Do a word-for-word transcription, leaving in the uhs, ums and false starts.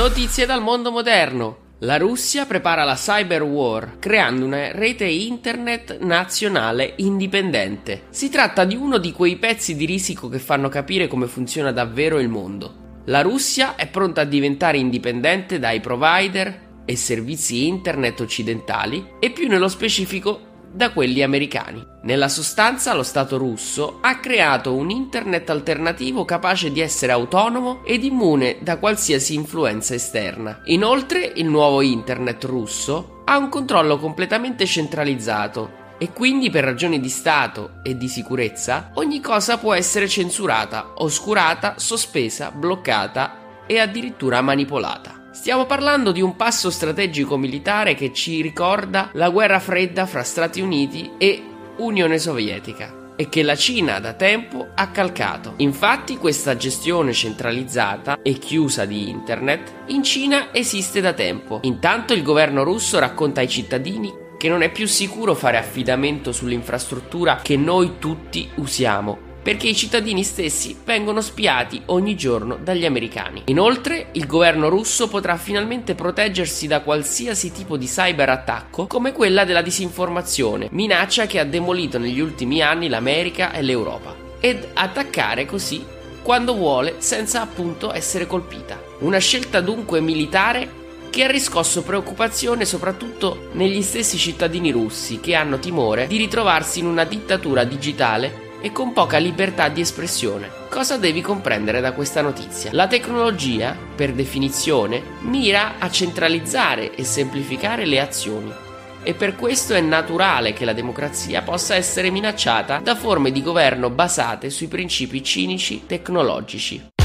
Notizie dal mondo moderno. La Russia prepara la cyber war, creando una rete internet nazionale indipendente. Si tratta di uno di quei pezzi di risico che fanno capire come funziona davvero il mondo. La Russia è pronta a diventare indipendente dai provider e servizi internet occidentali e più nello specifico da quelli americani. Nella sostanza, lo Stato russo ha creato un internet alternativo capace di essere autonomo ed immune da qualsiasi influenza esterna. Inoltre, il nuovo internet russo ha un controllo completamente centralizzato e quindi, per ragioni di Stato e di sicurezza, ogni cosa può essere censurata, oscurata, sospesa, bloccata e addirittura manipolata. Stiamo parlando di un passo strategico militare che ci ricorda la guerra fredda fra Stati Uniti e Unione Sovietica e che la Cina da tempo ha calcato. Infatti questa gestione centralizzata e chiusa di internet in Cina esiste da tempo. Intanto il governo russo racconta ai cittadini che non è più sicuro fare affidamento sull'infrastruttura che noi tutti usiamo, perché i cittadini stessi vengono spiati ogni giorno dagli americani. Inoltre, il governo russo potrà finalmente proteggersi da qualsiasi tipo di cyberattacco, come quella della disinformazione, minaccia che ha demolito negli ultimi anni l'America e l'Europa, ed attaccare così quando vuole senza appunto essere colpita. Una scelta dunque militare che ha riscosso preoccupazione soprattutto negli stessi cittadini russi, che hanno timore di ritrovarsi in una dittatura digitale e con poca libertà di espressione. Cosa devi comprendere da questa notizia? La tecnologia, per definizione, mira a centralizzare e semplificare le azioni, e per questo è naturale che la democrazia possa essere minacciata da forme di governo basate sui principi cinici tecnologici.